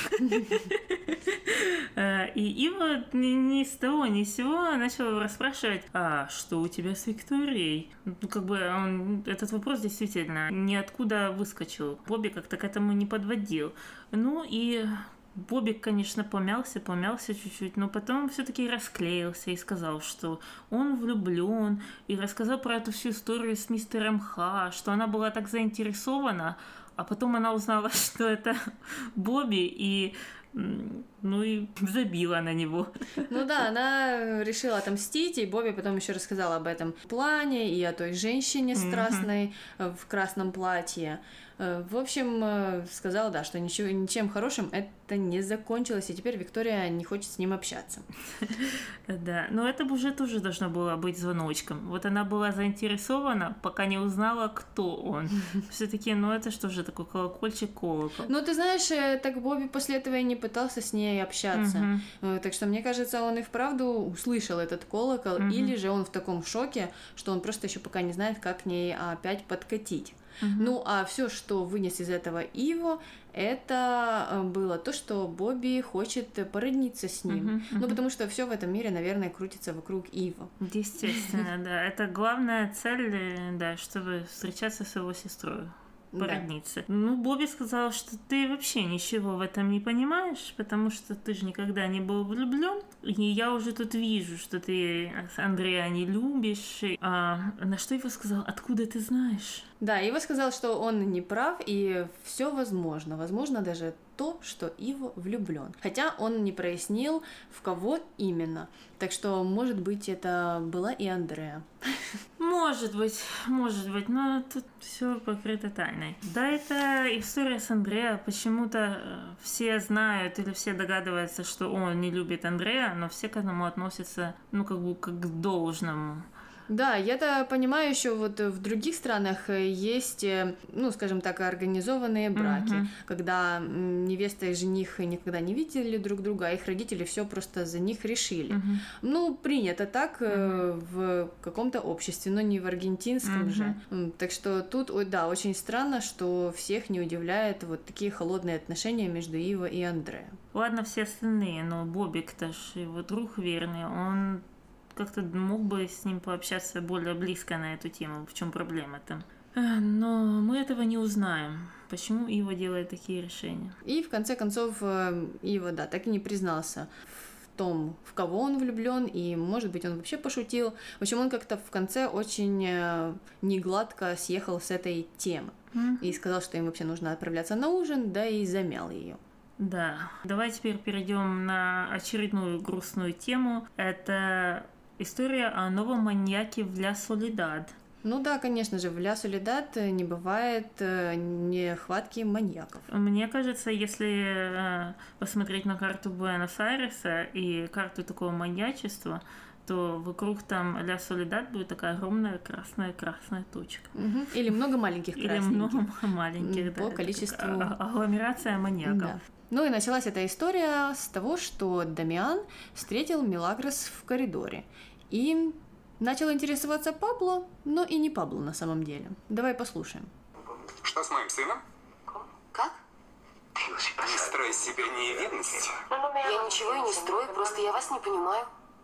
И Иво ни с того ни с сего начал расспрашивать, а что у тебя с Викторией? Ну, как бы этот вопрос действительно ниоткуда выскочил. Бобик как-то к этому не подводил. Ну и Бобик, конечно, помялся чуть-чуть, но потом все-таки расклеился и сказал, что он влюблен, и рассказал про эту всю историю с мистером Ха, что она была так заинтересована, а потом она узнала, что это Бобби, и забила на него. Ну да, она решила отомстить, и Бобби потом еще рассказала об этом плане и о той женщине страстной в красном платье. В общем, сказала, да, что ничем хорошим это не закончилось, и теперь Виктория не хочет с ним общаться. Да, но это уже тоже должно было быть звоночком. Вот она была заинтересована, пока не узнала, кто он. Все-таки, это что же такой колокольчик-колокол. Ну, ты знаешь, так Бобби после этого и не пытался с ней общаться. Так что, мне кажется, он и вправду услышал этот колокол, или же он в таком шоке, что он просто еще пока не знает, как к ней опять подкатить. Ну, а все, что вынес из этого Иво, это было то, что Бобби хочет породниться с ним. Ну, потому что все в этом мире, наверное, крутится вокруг Иво. Естественно, да. Это главная цель, да, чтобы встречаться с его сестрой. Породниться. Да. Ну, Бобби сказал, что ты вообще ничего в этом не понимаешь, потому что ты же никогда не был влюблен. И я уже тут вижу, что ты Андрея не любишь. На что Иво сказал, откуда ты знаешь? Да, Иво сказал, что он не прав, и все возможно. Возможно даже то, что Иво влюблен. Хотя он не прояснил, в кого именно. Так что, может быть, это была и Андреа. Может быть, но тут все покрыто тайной. Да, это история с Андреа. Почему-то все знают или все догадываются, что он не любит Андреа, но все к этому относятся, как к должному. Да, я-то понимаю, еще вот в других странах есть, ну, скажем так, организованные браки, когда невеста и жених никогда не видели друг друга, а их родители все просто за них решили. Ну, принято так в каком-то обществе, но не в аргентинском же. Так что тут, да, очень странно, что всех не удивляет вот такие холодные отношения между Иво и Андреа. Ладно, все остальные, но Бобик-то ж его друг верный, он как-то мог бы с ним пообщаться более близко на эту тему, в чем проблема-то. Но мы этого не узнаем, почему Иво делает такие решения. И в конце концов Иво, да, так и не признался в том, в кого он влюблен, и, может быть, он вообще пошутил. В общем, он как-то в конце очень негладко съехал с этой темы и сказал, что им вообще нужно отправляться на ужин, да и замял ее. Да, давай теперь перейдем на очередную грустную тему. Это история о новом маньяке в Ля Солидад. Ну да, конечно же, в Ля Солидад не бывает нехватки маньяков. Мне кажется, если посмотреть на карту Буэнос-Айреса и карту такого маньячества, то вокруг там Ля Солидад будет такая огромная красная точка. Или много маленьких красненьких. Или много маленьких, да. По количеству... Агломерация маньяков. Да. Ну и началась эта история с того, что Дамиан встретил Милагрос в коридоре и начал интересоваться Пабло, но и не Пабло на самом деле. Давай послушаем. Что с моим сыном? Как? Не строй из себя невинность. Я ничего и не строю, просто я вас не понимаю.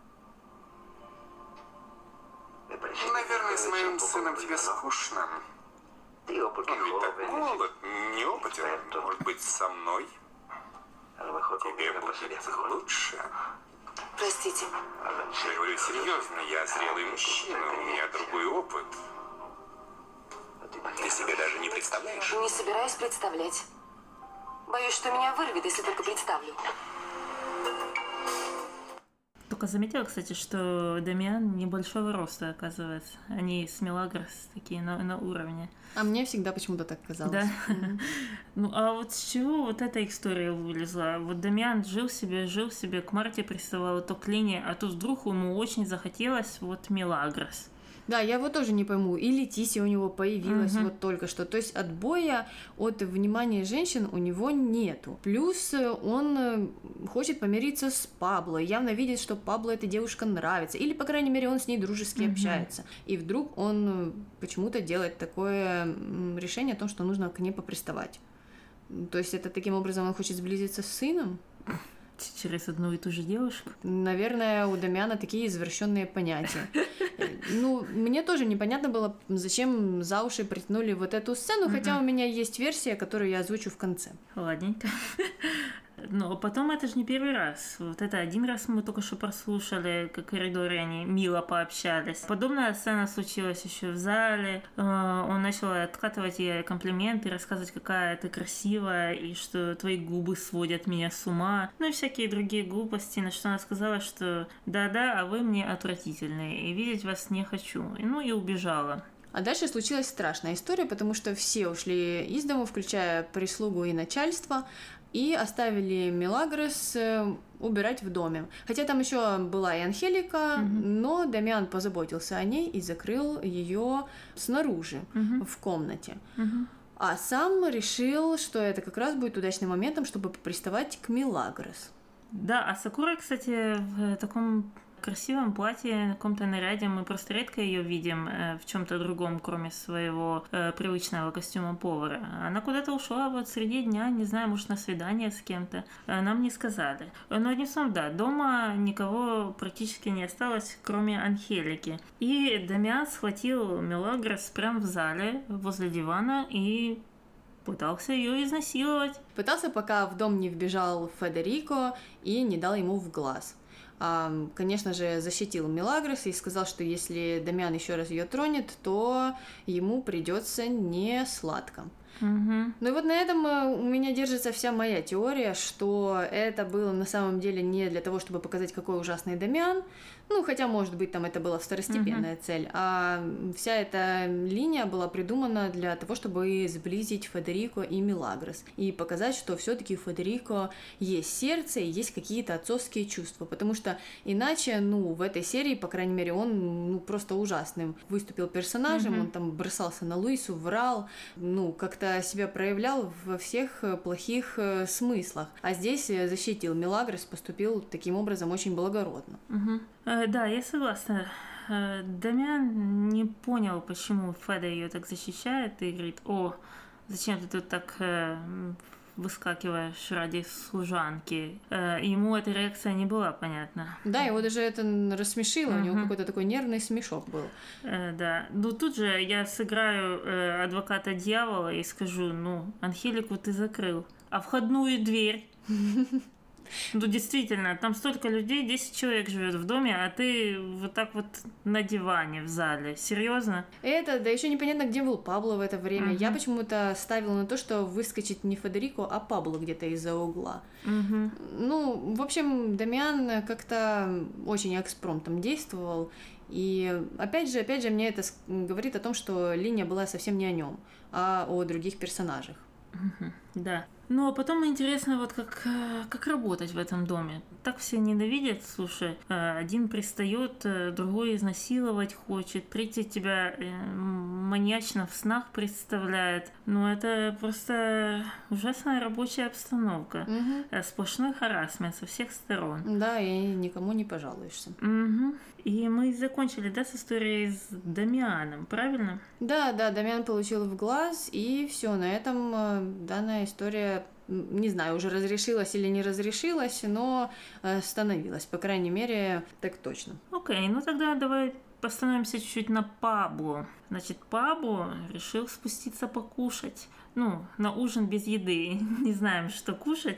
Наверное, с моим сыном тебе скучно. Он ведь так молод, неопытен. Может быть, со мной? Тебе будет лучше. Простите. Я говорю серьезно, я зрелый мужчина, у меня другой опыт. Ты себе даже не представляешь? Не собираюсь представлять. Боюсь, что меня вырвет, если только представлю. Только заметила, кстати, что Дамиан небольшого роста, оказывается. Они с Милагрос такие на уровне. А мне всегда почему-то так казалось. Да. Ну, а вот с чего вот эта история вылезла? Вот Дамиан жил себе, к Марте приставал, то к Лене, а тут вдруг ему очень захотелось вот Милагрос. Да, я вот тоже не пойму. И Летисия у него появилась вот только что. То есть отбоя от внимания женщин у него нету. Плюс он хочет помириться с Пабло. Явно видит, что Пабло эта девушка нравится. Или, по крайней мере, он с ней дружески общается. И вдруг он почему-то делает такое решение о том, что нужно к ней поприставать. То есть это таким образом он хочет сблизиться с сыном? Через одну и ту же девушку? Наверное, у Дамиана такие извращенные понятия. Ну, мне тоже непонятно было, зачем за уши притянули вот эту сцену, хотя у меня есть версия, которую я озвучу в конце. Ладненько. Но потом это же не первый раз. Вот это один раз мы только что прослушали, как в коридоре они мило пообщались. Подобная сцена случилась еще в зале. Он начал откатывать ей комплименты, рассказывать, какая ты красивая, и что твои губы сводят меня с ума. Ну и всякие другие глупости, на что она сказала, что да-да, а вы мне отвратительные, и видеть вас не хочу. Ну и убежала. А дальше случилась страшная история, потому что все ушли из дома, включая прислугу и начальство, и оставили Милагрос убирать в доме. Хотя там еще была и Анхелика, но Дамиан позаботился о ней и закрыл ее снаружи, в комнате. А сам решил, что это как раз будет удачным моментом, чтобы приставать к Милагрос. Да, а Сакура, кстати, в таком красивом платье, на каком-то наряде, мы просто редко ее видим в чем-то другом, кроме своего привычного костюма повара. Она куда-то ушла вот среди дня, не знаю, может, на свидание с кем-то. Нам не сказали. Но одним словом, да, дома никого практически не осталось, кроме Анхелики. И Дамиан схватил Милагрос прямо в зале, возле дивана, и пытался ее изнасиловать. Пытался, пока в дом не вбежал Федерико и не дал ему в глаз. Конечно же, защитил Милагрос и сказал, что если Дамиан еще раз ее тронет, то ему придется не сладко. Ну и вот на этом у меня держится вся моя теория, что это было на самом деле не для того, чтобы показать, какой ужасный Дамиан, ну, хотя, может быть, там это была второстепенная цель, а вся эта линия была придумана для того, чтобы сблизить Федерико и Милагрос и показать, что все-таки у Федерико есть сердце и есть какие-то отцовские чувства, потому что иначе, ну, в этой серии, по крайней мере, он, ну, просто ужасным выступил персонажем, он там бросался на Луису, врал, ну, как-то себя проявлял во всех плохих смыслах, а здесь защитил Милагрос, поступил таким образом очень благородно. Да, я согласна. Дамиан не понял, почему Феда ее так защищает и говорит: о, зачем ты тут так выскакиваешь ради служанки. Ему эта реакция не была понятна. Да, его даже это рассмешило, у него какой-то такой нервный смешок был. Да, ну тут же я сыграю адвоката дьявола и скажу: ну, Анхелику ты закрыл, а входную дверь... Ну, действительно, там столько людей, 10 человек живет в доме, а ты вот так вот на диване в зале. Серьезно? Да еще непонятно, где был Пабло в это время. Я почему-то ставила на то, что выскочит не Федерико, а Пабло где-то из-за угла. Ну, в общем, Дамиан как-то очень экспромтом действовал. И опять же, мне это говорит о том, что линия была совсем не о нем, а о других персонажах. Да. Ну, а потом интересно, вот как работать в этом доме. Так все ненавидят, слушай. Один пристает, другой изнасиловать хочет, третий тебя маньячно в снах представляет. Ну, это просто ужасная рабочая обстановка. Сплошной харассмент со всех сторон. Да, и никому не пожалуешься. И мы закончили, да, с историей с Дамианом, правильно? Да, Дамиан получил в глаз, и все, на этом данная история, не знаю, уже разрешилась или не разрешилась, но становилась, по крайней мере, так точно. Окей, ну тогда давай остановимся чуть-чуть на Пабло. Значит, Пабло решил спуститься покушать. Ну, на ужин без еды. Не знаем, что кушать.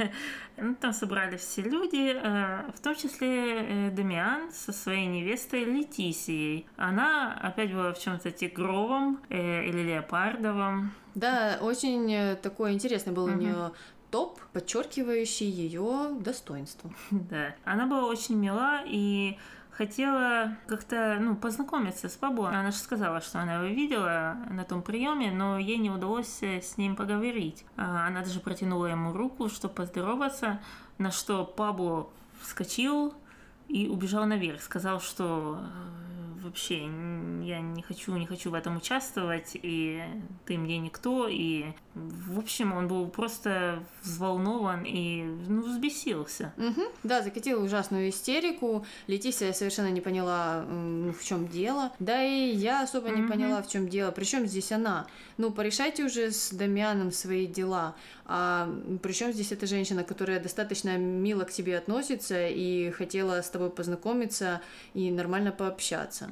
Ну, там собрались все люди, в том числе Дамиан со своей невестой Летисией. Она опять была в чем-то тигровом или леопардовом. Да, очень такой интересный был у нее топ, подчеркивающий ее достоинство. Да, она была очень мила и хотела как-то, ну, познакомиться с Пабло. Она же сказала, что она его видела на том приеме, но ей не удалось с ним поговорить. Она даже протянула ему руку, чтобы поздороваться, на что Пабло вскочил и убежал наверх. Сказал, что вообще я не хочу в этом участвовать, и ты мне никто, и в общем он был просто взволнован и взбесился. Да, закатил ужасную истерику. Летисия совершенно не поняла, в чем дело. Да и я особо не поняла, в чем дело. Причем здесь она? Ну, порешайте уже с Дамианом свои дела. А причем здесь эта женщина, которая достаточно мило к тебе относится и хотела с тобой познакомиться и нормально пообщаться.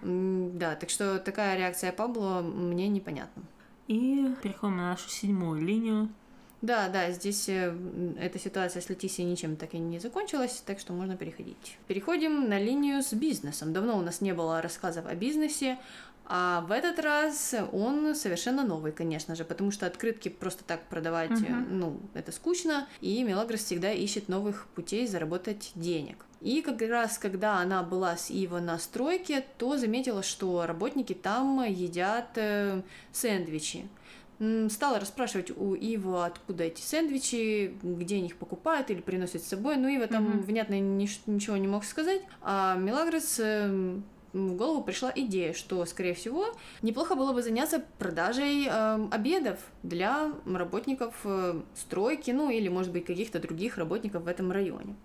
Да, так что такая реакция Пабло мне непонятна. И переходим на нашу 7-ю линию. Да, здесь эта ситуация с Летисией ничем так и не закончилась, так что можно переходить. Переходим на линию с бизнесом. Давно у нас не было рассказов о бизнесе, а в этот раз он совершенно новый, конечно же, потому что открытки просто так продавать, ну, это скучно, и Милагрос всегда ищет новых путей заработать денег. И как раз, когда она была с Иво на стройке, то заметила, что работники там едят сэндвичи. Стала расспрашивать у Ива, откуда эти сэндвичи, где они их покупают или приносят с собой. Но Ива там внятно ничего не мог сказать. А Милагрос в голову пришла идея, что, скорее всего, неплохо было бы заняться продажей обедов для работников стройки, ну или, может быть, каких-то других работников в этом районе.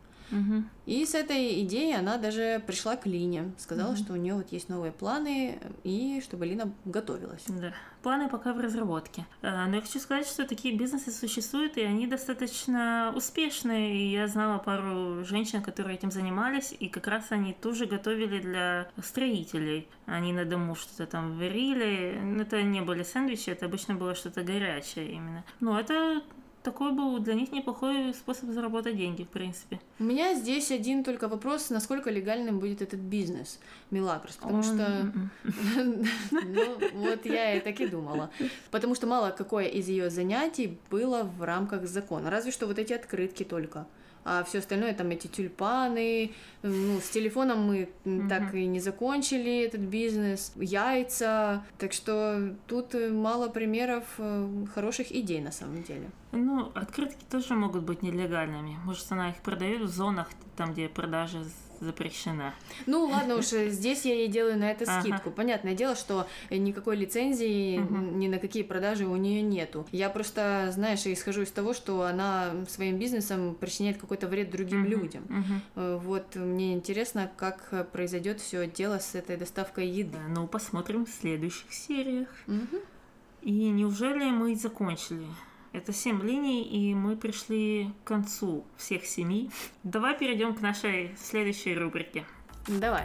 И с этой идеей она даже пришла к Лине, сказала, что у нее вот есть новые планы, и чтобы Лина готовилась. Да, планы пока в разработке. Но я хочу сказать, что такие бизнесы существуют, и они достаточно успешные. И я знала пару женщин, которые этим занимались, и как раз они тоже готовили для строителей. Они на дому что-то там варили. Это не были сэндвичи, это обычно было что-то горячее именно. Ну, это такой был для них неплохой способ заработать деньги, в принципе. У меня здесь один только вопрос, насколько легальным будет этот бизнес Милагрос, потому что... Ну, вот я и так и думала. Потому что мало какое из ее занятий было в рамках закона. Разве что вот эти открытки только. А все остальное, там эти тюльпаны, ну, с телефоном мы так и не закончили этот бизнес, яйца, так что тут мало примеров хороших идей на самом деле. Ну, открытки тоже могут быть нелегальными. Может, она их продает в зонах, там, где продажа запрещена. Ну, ладно уж, здесь я ей делаю на это скидку. Понятное дело, что никакой лицензии ни на какие продажи у нее нету. Я просто, знаешь, исхожу из того, что она своим бизнесом причиняет какой-то вред другим людям. Вот мне интересно, как произойдет все дело с этой доставкой еды. Ну, посмотрим в следующих сериях. И неужели мы закончили? Это 7 линий, и мы пришли к концу всех 7. Давай перейдем к нашей следующей рубрике. Давай.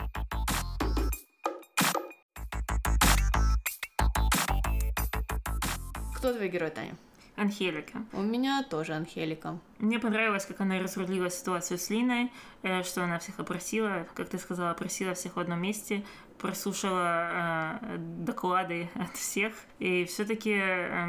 Кто твой герой, Таня? Анхелика. У меня тоже Анхелика. Мне понравилось, как она разрулила ситуацию с Линой, что она всех опросила, как ты сказала, опросила всех в одном месте, прослушала доклады от всех, и все-таки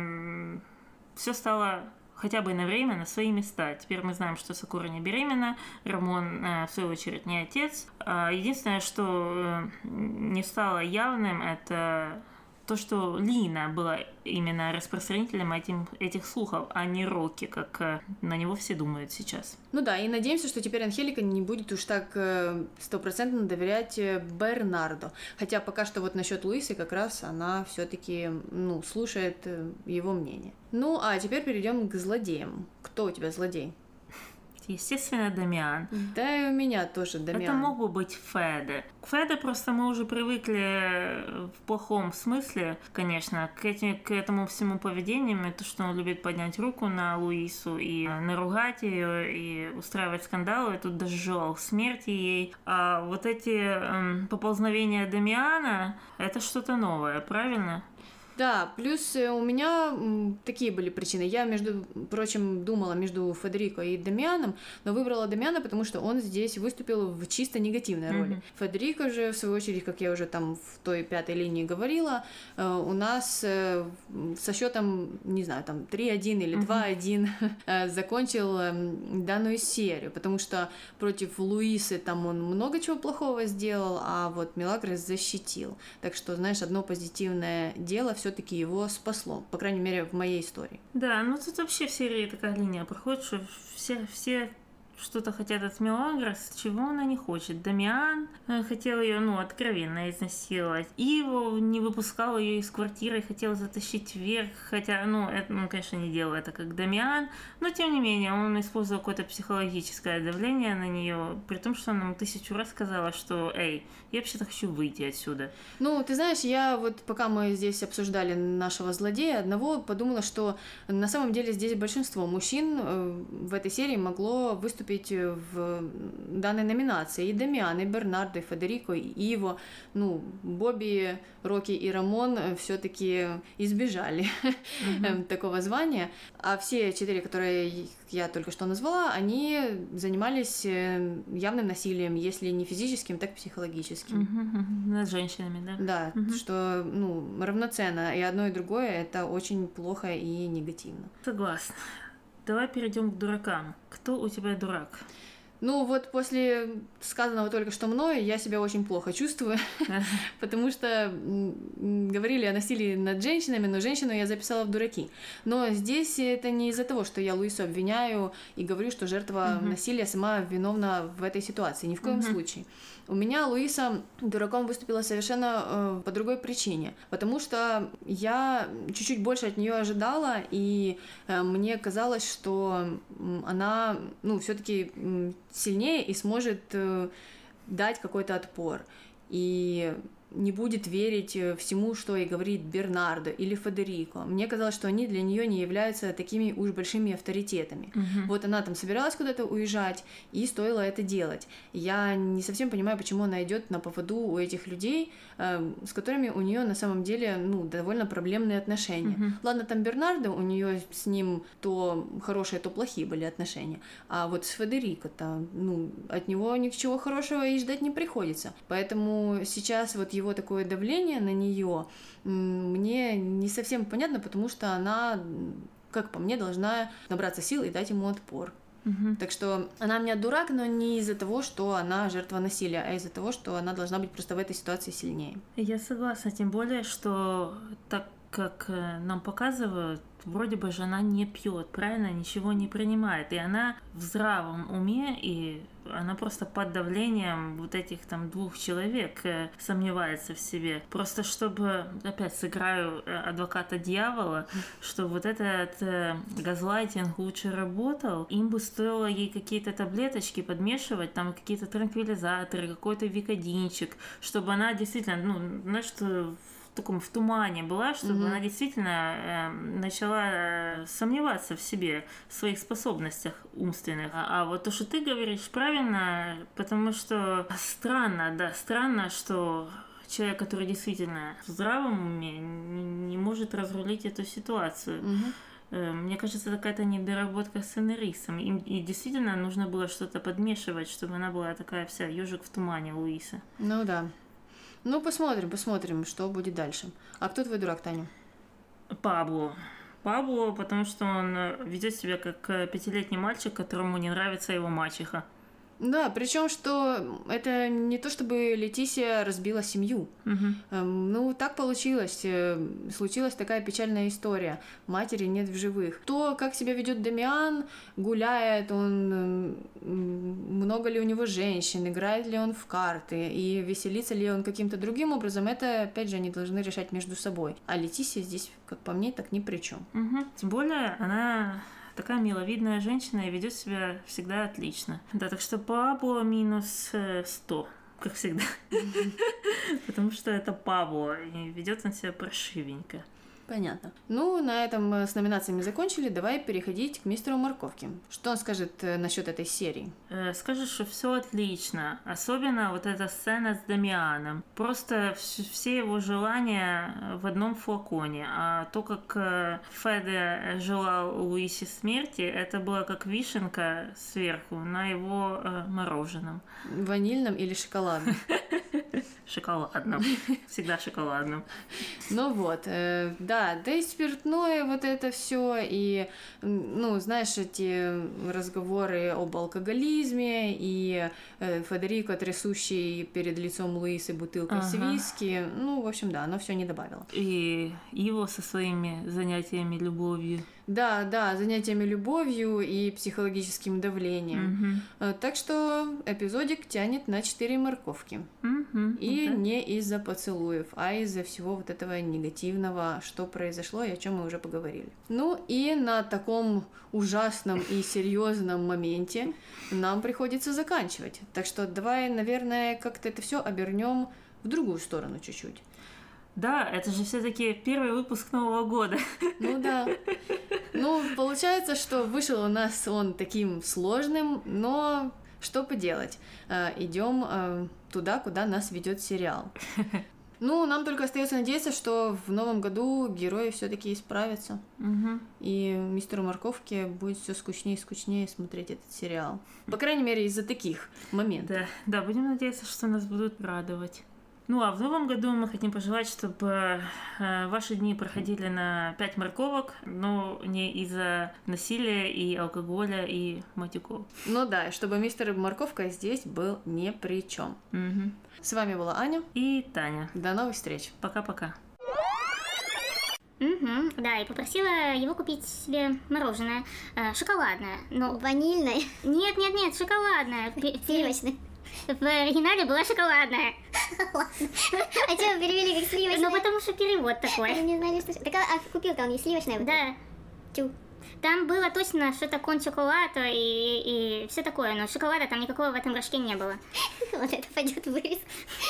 все стало хотя бы на время на свои места. Теперь мы знаем, что Сакура не беременна, Рамон, в свою очередь, не отец. Единственное, что не стало явным, это то, что Лина была именно распространителем этих слухов, а не Рокки, как на него все думают сейчас. Ну да, и надеемся, что теперь Анхелика не будет уж так стопроцентно доверять Бернарду. Хотя пока что вот насчет Луисы как раз она все-таки слушает его мнение. Ну, а теперь перейдем к злодеям. Кто у тебя злодей? Естественно, Дамиан. Да, и у меня тоже Дамиан. Это мог бы быть Феде. К Феде просто мы уже привыкли в плохом смысле, конечно, к этому всему поведению. Это что он любит поднять руку на Луису и наругать ее, и устраивать скандалы. И тут даже желал смерти ей. А вот эти поползновения Дамиана, это что-то новое, правильно? Да, плюс у меня такие были причины. Я, между прочим, думала между Федерико и Дамианом, но выбрала Дамиана, потому что он здесь выступил в чисто негативной роли. Федерико же, в свою очередь, как я уже там в той 5-й линии говорила, у нас со счетом, не знаю, там 3-1 или 2-1 закончил данную серию, потому что против Луисы там он много чего плохого сделал, а вот Милагрос защитил. Так что, знаешь, одно позитивное дело все-таки его спасло, по крайней мере, в моей истории. Да, ну тут вообще в серии такая линия проходит, что все что-то хотят от Милагрос, чего она не хочет. Дамиан хотел ее, откровенно изнасиловать. Иво не выпускал ее из квартиры, хотел затащить вверх, хотя, это, он, конечно, не делал это как Дамиан, но, тем не менее, он использовал какое-то психологическое давление на нее, при том, что она ему 1000 раз сказала, что, эй, я вообще-то хочу выйти отсюда. Ну, ты знаешь, я вот, пока мы здесь обсуждали нашего злодея, одного подумала, что на самом деле здесь большинство мужчин в этой серии могло выступить в данной номинации. И Дамиан, и Бернардо, и Федерико, и Иво, Бобби, Рокки и Рамон все-таки избежали такого звания. А все 4, которые я только что назвала, они занимались явным насилием, если не физическим, так психологическим. Над женщинами, да? Да, что, равноценно. И одно, и другое, это очень плохо и негативно. Согласна. Давай перейдем к дуракам. Кто у тебя дурак? Ну вот после сказанного только что мною я себя очень плохо чувствую, потому что говорили о насилии над женщинами, но женщину я записала в дураки. Но здесь это не из-за того, что я Луису обвиняю и говорю, что жертва насилия сама виновна в этой ситуации. Ни в коем случае. У меня Луиса дураком выступила совершенно по другой причине, потому что я чуть-чуть больше от нее ожидала, и мне казалось, что она, все-таки сильнее и сможет дать какой-то отпор. И не будет верить всему, что ей говорит Бернардо или Федерико. Мне казалось, что они для нее не являются такими уж большими авторитетами. Вот она там собиралась куда-то уезжать, и стоило это делать. Я не совсем понимаю, почему она идет на поводу у этих людей, с которыми у нее на самом деле, ну, довольно проблемные отношения. Ладно, там Бернардо, у нее с ним то хорошие, то плохие были отношения, а вот с Федерико-то, ну, от него ничего хорошего и ждать не приходится. Поэтому сейчас вот его такое давление на нее мне не совсем понятно, потому что она, как по мне, должна набраться сил и дать ему отпор. Так что она у меня дурак, но не из-за того, что она жертва насилия, а из-за того, что она должна быть просто в этой ситуации сильнее. Я согласна, тем более, что так как нам показывают, вроде бы жена не пьет, правильно, ничего не принимает, и она в здравом уме, и она просто под давлением вот этих там 2 человек сомневается в себе. Просто чтобы, опять сыграю адвоката дьявола, чтобы вот этот газлайтинг лучше работал, им бы стоило ей какие-то таблеточки подмешивать, там какие-то транквилизаторы, какой-то викодинчик, чтобы она действительно, ну, знаешь, в тумане была, чтобы она действительно начала сомневаться в себе, в своих способностях умственных. А вот то, что ты говоришь, правильно, потому что странно, что человек, который действительно в здравом уме, не может разрулить эту ситуацию. Мне кажется, это какая-то недоработка сценаристом. И действительно нужно было что-то подмешивать, чтобы она была такая вся ежик в тумане, Луиса. Ну да. Ну, посмотрим, что будет дальше. А кто твой дурак, Таня? Пабло, потому что он ведет себя как 5-летний мальчик, которому не нравится его мачеха. Да, причем что это не то, чтобы Летисия разбила семью. Ну, так получилось. Случилась такая печальная история. Матери нет в живых. То, как себя ведет Дамиан, гуляет он, много ли у него женщин, играет ли он в карты и веселится ли он каким-то другим образом, это, опять же, они должны решать между собой. А Летисия здесь, как по мне, так ни при чем. Тем более она такая миловидная женщина и ведет себя всегда отлично. Да, так что Пабло минус 100, как всегда. Потому что это Пабло, и ведет он себя паршивенько. Понятно. Ну, на этом мы с номинациями закончили. Давай переходить к мистеру Морковке. Что он скажет насчет этой серии? Скажет, что все отлично. Особенно вот эта сцена с Дамианом. Просто все его желания в одном флаконе. А то, как Феде желал Луисе смерти, это было как вишенка сверху на его мороженом. Ванильном или шоколадном? Шоколадном. Всегда шоколадным. Ну вот, да и спиртное, вот это все, и, ну, знаешь, эти разговоры об алкоголизме, и Федерико, трясущий перед лицом Луисы бутылкой с виски, ну, в общем, да, оно все не добавило. И его со своими занятиями любовью. Да, занятиями любовью и психологическим давлением. Так что эпизодик тянет на 4 морковки. И не из-за поцелуев, а из-за всего вот этого негативного, что произошло и о чем мы уже поговорили. Ну и на таком ужасном и серьезном моменте нам приходится заканчивать. Так что давай, наверное, как-то это все обернем в другую сторону чуть-чуть. Да, это же все-таки первый выпуск Нового года. Ну да. Ну, получается, что вышел у нас он таким сложным, но что поделать? Идем туда, куда нас ведет сериал. Ну, нам только остается надеяться, что в новом году герои все-таки исправятся. И мистеру Морковке будет все скучнее и скучнее смотреть этот сериал. По крайней мере, из-за таких моментов. Да, будем надеяться, что нас будут радовать. Ну, а в новом году мы хотим пожелать, чтобы ваши дни проходили на 5 морковок, но не из-за насилия и алкоголя и матюков. Ну да, чтобы мистер Морковка здесь был ни при чем. С вами была Аня и Таня. До новых встреч. Пока-пока. Да, и попросила его купить себе мороженое. Шоколадное. Но... Ванильное? Нет, шоколадное. Сливочное. В оригинале была шоколадная. Ладно. А что, перевели как сливочная? Ну, потому что перевод такой. Мы не знали, что... Так, а купил-то он не сливочное? Да. Тю. Там было точно что-то кон шоколада и все такое, но шоколада там никакого в этом рожке не было. Вот это пойдет в вырез.